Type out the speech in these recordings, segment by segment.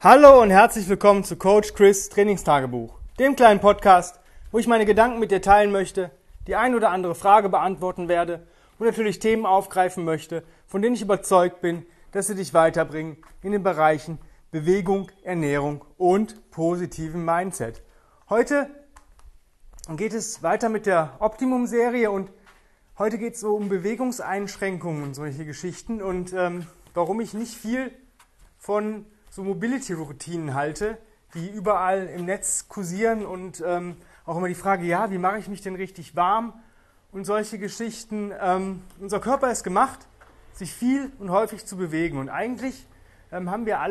Hallo und herzlich willkommen zu Coach Chris Trainingstagebuch, dem kleinen Podcast, wo ich meine Gedanken mit dir teilen möchte, die ein oder andere Frage beantworten werde und natürlich Themen aufgreifen möchte, von denen ich überzeugt bin, dass sie dich weiterbringen in den Bereichen Bewegung, Ernährung und positiven Mindset. Heute geht es weiter mit der Optimum-Serie und heute geht es so um Bewegungseinschränkungen und solche Geschichten und warum ich nicht viel von so Mobility-Routinen halte, die überall im Netz kursieren und auch immer die Frage, ja, wie mache ich mich denn richtig warm und solche Geschichten. Unser Körper ist gemacht, sich viel und häufig zu bewegen und eigentlich kommen wir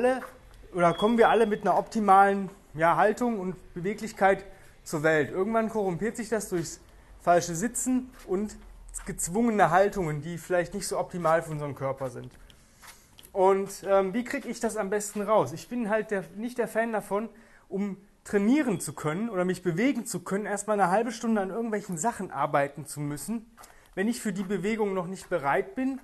alle mit einer optimalen Haltung und Beweglichkeit zur Welt. Irgendwann korrumpiert sich das durchs falsche Sitzen und gezwungene Haltungen, die vielleicht nicht so optimal für unseren Körper sind. Und wie kriege ich das am besten raus? Ich bin halt nicht der Fan davon, um trainieren zu können oder mich bewegen zu können, erstmal eine halbe Stunde an irgendwelchen Sachen arbeiten zu müssen. Wenn ich für die Bewegung noch nicht bereit bin,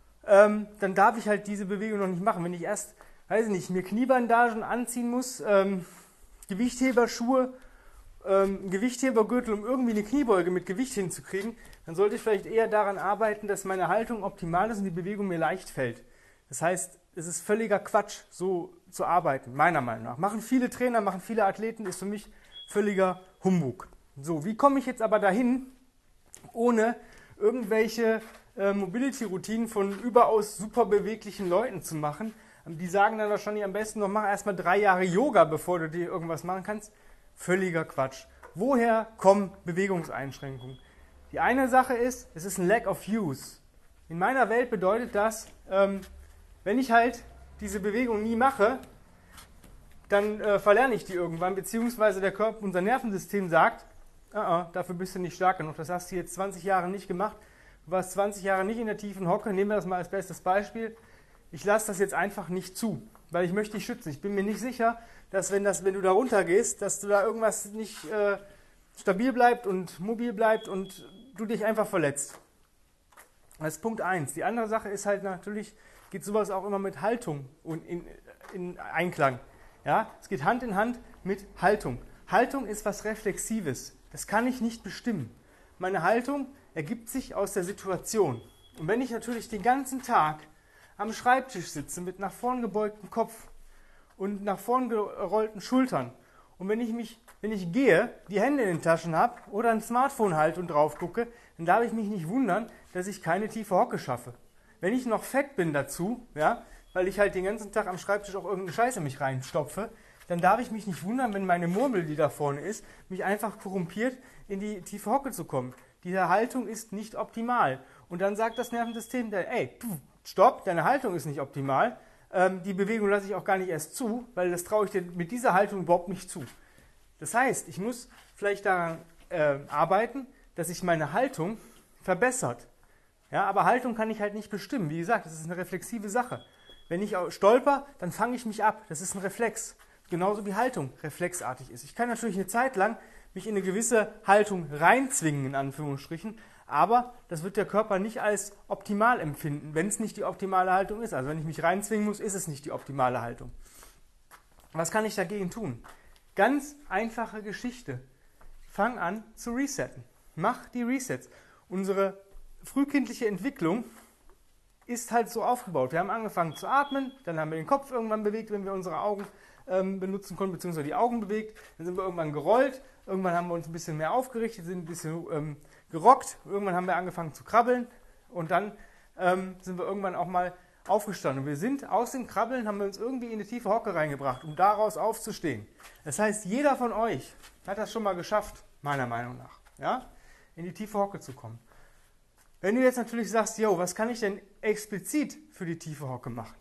dann darf ich halt diese Bewegung noch nicht machen. Wenn ich erst, mir Kniebandagen anziehen muss, Gewichtheberschuhe, Gewichthebergürtel, um irgendwie eine Kniebeuge mit Gewicht hinzukriegen, dann sollte ich vielleicht eher daran arbeiten, dass meine Haltung optimal ist und die Bewegung mir leicht fällt. Das heißt, es ist völliger Quatsch, so zu arbeiten, meiner Meinung nach. Machen viele Trainer, machen viele Athleten, ist für mich völliger Humbug. So, wie komme ich jetzt aber dahin, ohne irgendwelche Mobility-Routinen von überaus super beweglichen Leuten zu machen? Die sagen dann wahrscheinlich am besten noch, mach erstmal 3 Jahre Yoga, bevor du dir irgendwas machen kannst. Völliger Quatsch. Woher kommen Bewegungseinschränkungen? Die eine Sache ist, es ist ein Lack of Use. In meiner Welt bedeutet das, wenn ich halt diese Bewegung nie mache, dann verlerne ich die irgendwann, beziehungsweise der Körper, unser Nervensystem sagt, dafür bist du nicht stark genug, das hast du jetzt 20 Jahre nicht gemacht, du warst 20 Jahre nicht in der tiefen Hocke, nehmen wir das mal als bestes Beispiel, ich lasse das jetzt einfach nicht zu, weil ich möchte dich schützen. Ich bin mir nicht sicher, dass wenn du da runter gehst, dass du da irgendwas nicht stabil bleibt und mobil bleibt und du dich einfach verletzt. Das ist Punkt 1. Die andere Sache ist halt natürlich, geht sowas auch immer mit Haltung und in Einklang. Ja? Es geht Hand in Hand mit Haltung. Haltung ist was Reflexives. Das kann ich nicht bestimmen. Meine Haltung ergibt sich aus der Situation. Und wenn ich natürlich den ganzen Tag am Schreibtisch sitze mit nach vorn gebeugtem Kopf und nach vorn gerollten Schultern und wenn ich gehe, die Hände in den Taschen habe oder ein Smartphone halte und drauf gucke, dann darf ich mich nicht wundern, dass ich keine tiefe Hocke schaffe. Wenn ich noch fett bin dazu, weil ich halt den ganzen Tag am Schreibtisch auch irgendeine Scheiße mich reinstopfe, dann darf ich mich nicht wundern, wenn meine Murmel, die da vorne ist, mich einfach korrumpiert, in die tiefe Hocke zu kommen. Diese Haltung ist nicht optimal. Und dann sagt das Nervensystem, stopp, deine Haltung ist nicht optimal. Die Bewegung lasse ich auch gar nicht erst zu, weil das traue ich dir mit dieser Haltung überhaupt nicht zu. Das heißt, ich muss vielleicht daran arbeiten, dass sich meine Haltung verbessert. Ja, aber Haltung kann ich halt nicht bestimmen. Wie gesagt, das ist eine reflexive Sache. Wenn ich stolper, dann fange ich mich ab. Das ist ein Reflex. Genauso wie Haltung reflexartig ist. Ich kann natürlich eine Zeit lang mich in eine gewisse Haltung reinzwingen, in Anführungsstrichen, aber das wird der Körper nicht als optimal empfinden, wenn es nicht die optimale Haltung ist. Also wenn ich mich reinzwingen muss, ist es nicht die optimale Haltung. Was kann ich dagegen tun? Ganz einfache Geschichte. Fang an zu resetten. Mach die Resets. Unsere frühkindliche Entwicklung ist halt so aufgebaut. Wir haben angefangen zu atmen, dann haben wir den Kopf irgendwann bewegt, wenn wir unsere Augen benutzen konnten, beziehungsweise die Augen bewegt. Dann sind wir irgendwann gerollt, irgendwann haben wir uns ein bisschen mehr aufgerichtet, sind ein bisschen gerockt, irgendwann haben wir angefangen zu krabbeln und dann sind wir irgendwann auch mal aufgestanden. Und wir sind aus dem Krabbeln, haben wir uns irgendwie in eine tiefe Hocke reingebracht, um daraus aufzustehen. Das heißt, jeder von euch hat das schon mal geschafft, meiner Meinung nach, ja, in die tiefe Hocke zu kommen. Wenn du jetzt natürlich sagst, was kann ich denn explizit für die tiefe Hocke machen?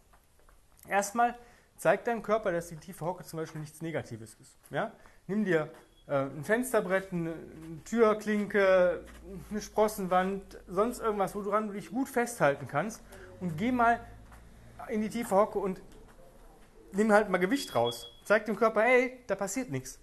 Erstmal zeigt deinem Körper, dass die tiefe Hocke zum Beispiel nichts Negatives ist. Ja? Nimm dir ein Fensterbrett, eine Türklinke, eine Sprossenwand, sonst irgendwas, woran du dich gut festhalten kannst und geh mal in die tiefe Hocke und nimm halt mal Gewicht raus. Zeig dem Körper, da passiert nichts.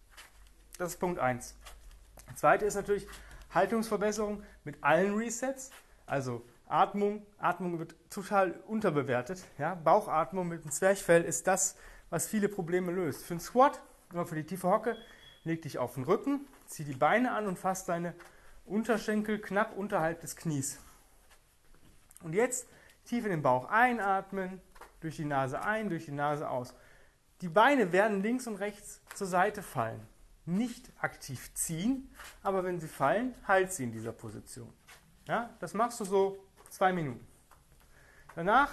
Das ist Punkt 1. Das zweite ist natürlich Haltungsverbesserung mit allen Resets, also Atmung. Atmung wird total unterbewertet. Ja? Bauchatmung mit dem Zwerchfell ist das, was viele Probleme löst. Für den Squat oder für die tiefe Hocke, leg dich auf den Rücken, zieh die Beine an und fass deine Unterschenkel knapp unterhalb des Knies. Und jetzt tief in den Bauch einatmen, durch die Nase ein, durch die Nase aus. Die Beine werden links und rechts zur Seite fallen. Nicht aktiv ziehen, aber wenn sie fallen, halt sie in dieser Position. Ja, das machst du so 2 Minuten. Danach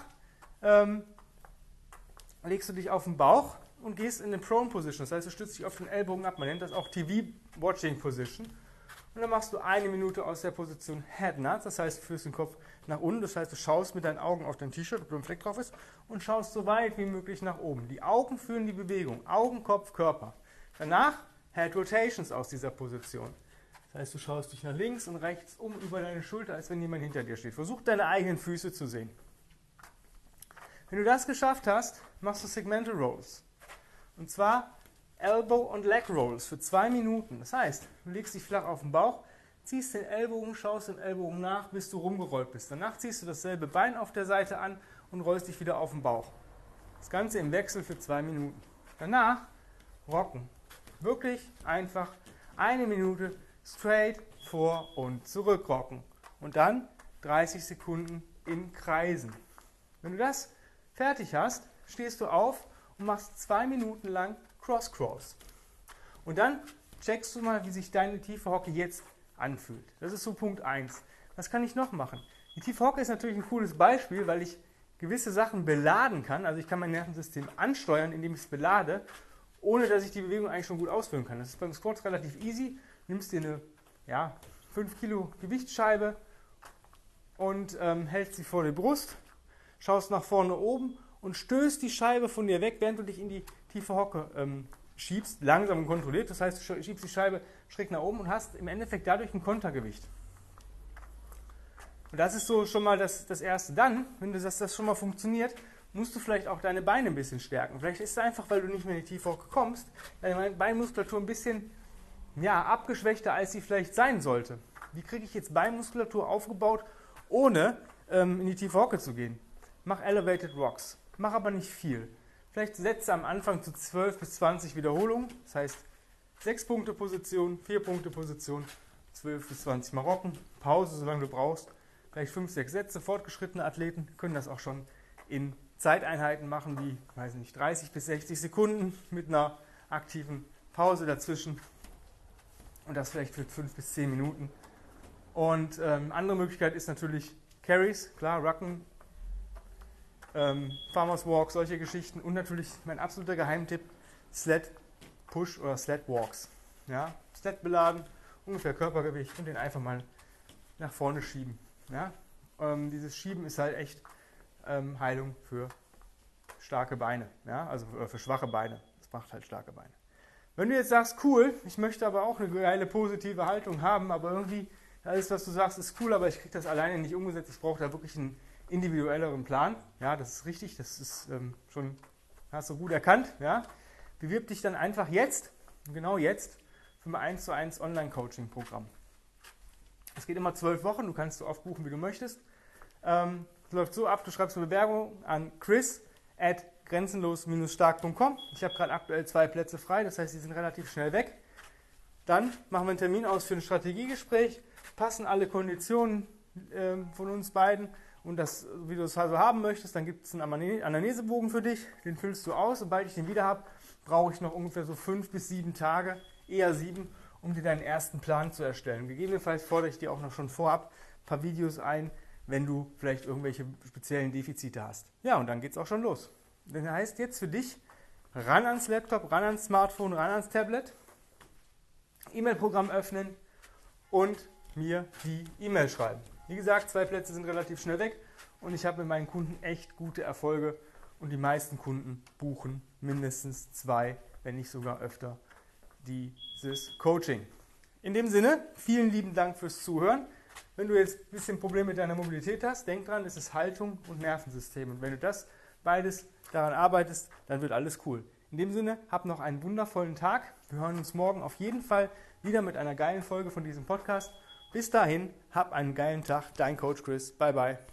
legst du dich auf den Bauch und gehst in eine Prone Position. Das heißt, du stützt dich auf den Ellbogen ab. Man nennt das auch TV Watching Position. Und dann machst du 1 Minute aus der Position Head Nuts. Das heißt, du führst den Kopf nach unten. Das heißt, du schaust mit deinen Augen auf dein T-Shirt, ob da ein Fleck drauf ist, und schaust so weit wie möglich nach oben. Die Augen führen die Bewegung. Augen, Kopf, Körper. Danach Head Rotations aus dieser Position. Das heißt, du schaust dich nach links und rechts um über deine Schulter, als wenn jemand hinter dir steht. Versuch, deine eigenen Füße zu sehen. Wenn du das geschafft hast, machst du Segmental Rolls. Und zwar Elbow- und Leg Rolls für 2 Minuten. Das heißt, du legst dich flach auf den Bauch, ziehst den Ellbogen, schaust den Ellbogen nach, bis du rumgerollt bist. Danach ziehst du dasselbe Bein auf der Seite an und rollst dich wieder auf den Bauch. Das Ganze im Wechsel für 2 Minuten. Danach rocken. Wirklich einfach 1 Minute straight vor und zurück rocken. Und dann 30 Sekunden in Kreisen. Wenn du das fertig hast, stehst du auf und machst 2 Minuten lang Cross-Crawls. Und dann checkst du mal, wie sich deine tiefe Hocke jetzt anfühlt. Das ist so Punkt 1. Was kann ich noch machen? Die tiefe Hocke ist natürlich ein cooles Beispiel, weil ich gewisse Sachen beladen kann. Also ich kann mein Nervensystem ansteuern, indem ich es belade, ohne dass ich die Bewegung eigentlich schon gut ausführen kann. Das ist beim Squat relativ easy. Du nimmst dir eine 5 Kilo Gewichtsscheibe und hältst sie vor die Brust, schaust nach vorne oben und stößt die Scheibe von dir weg, während du dich in die tiefe Hocke schiebst, langsam und kontrolliert. Das heißt, du schiebst die Scheibe schräg nach oben und hast im Endeffekt dadurch ein Kontergewicht. Und das ist so schon mal das Erste. Dann, wenn das schon mal funktioniert, musst du vielleicht auch deine Beine ein bisschen stärken. Vielleicht ist es einfach, weil du nicht mehr in die tiefe Hocke kommst, deine Beinmuskulatur ein bisschen abgeschwächter, als sie vielleicht sein sollte. Wie kriege ich jetzt Beinmuskulatur aufgebaut, ohne in die tiefe Hocke zu gehen? Mach Elevated Rocks. Mach aber nicht viel. Vielleicht setze am Anfang zu 12 bis 20 Wiederholungen. Das heißt 6 Punkte Position, 4 Punkte Position, 12 bis 20 Mal rocken. Pause, solange du brauchst. Vielleicht 5, 6 Sätze. Fortgeschrittene Athleten können das auch schon in Zeiteinheiten machen, wie 30 bis 60 Sekunden mit einer aktiven Pause dazwischen. Und das vielleicht für 5 bis 10 Minuten. Und andere Möglichkeit ist natürlich Carries, klar, Rucken, Farmers Walk, solche Geschichten. Und natürlich mein absoluter Geheimtipp, Sled Push oder Sled Walks. Ja, Sled beladen, ungefähr Körpergewicht und den einfach mal nach vorne schieben. Ja? Dieses Schieben ist halt echt Heilung für starke Beine, ja? Also für schwache Beine. Das macht halt starke Beine. Wenn du jetzt sagst, cool, ich möchte aber auch eine geile positive Haltung haben, aber irgendwie alles, was du sagst, ist cool, aber ich kriege das alleine nicht umgesetzt, ich brauche da wirklich einen individuelleren Plan. Ja, das ist richtig, das ist schon, hast du gut erkannt. Ja? Bewirb dich dann einfach jetzt, genau jetzt, für mein 1:1 Online-Coaching-Programm. Es geht immer 12 Wochen, du kannst so oft buchen, wie du möchtest. Es läuft so ab, du schreibst eine Bewerbung an chris@grenzenlos-stark.com. Ich habe gerade aktuell 2 Plätze frei, das heißt, die sind relativ schnell weg. Dann machen wir einen Termin aus für ein Strategiegespräch, passen alle Konditionen von uns beiden und das, wie du es also haben möchtest, dann gibt es einen Anamnesebogen für dich, den füllst du aus. Sobald ich den wieder habe, brauche ich noch ungefähr so 5 bis 7 Tage, eher 7, um dir deinen ersten Plan zu erstellen. Gegebenenfalls fordere ich dir auch noch schon vorab ein paar Videos ein, wenn du vielleicht irgendwelche speziellen Defizite hast. Ja, und dann geht es auch schon los. Das heißt jetzt für dich, ran ans Laptop, ran ans Smartphone, ran ans Tablet, E-Mail-Programm öffnen und mir die E-Mail schreiben. Wie gesagt, 2 Plätze sind relativ schnell weg und ich habe mit meinen Kunden echt gute Erfolge und die meisten Kunden buchen mindestens 2, wenn nicht sogar öfter, dieses Coaching. In dem Sinne, vielen lieben Dank fürs Zuhören. Wenn du jetzt ein bisschen Probleme mit deiner Mobilität hast, denk dran, es ist Haltung und Nervensystem. Und wenn du das beides daran arbeitest, dann wird alles cool. In dem Sinne, hab noch einen wundervollen Tag. Wir hören uns morgen auf jeden Fall wieder mit einer geilen Folge von diesem Podcast. Bis dahin, hab einen geilen Tag. Dein Coach Chris. Bye, bye.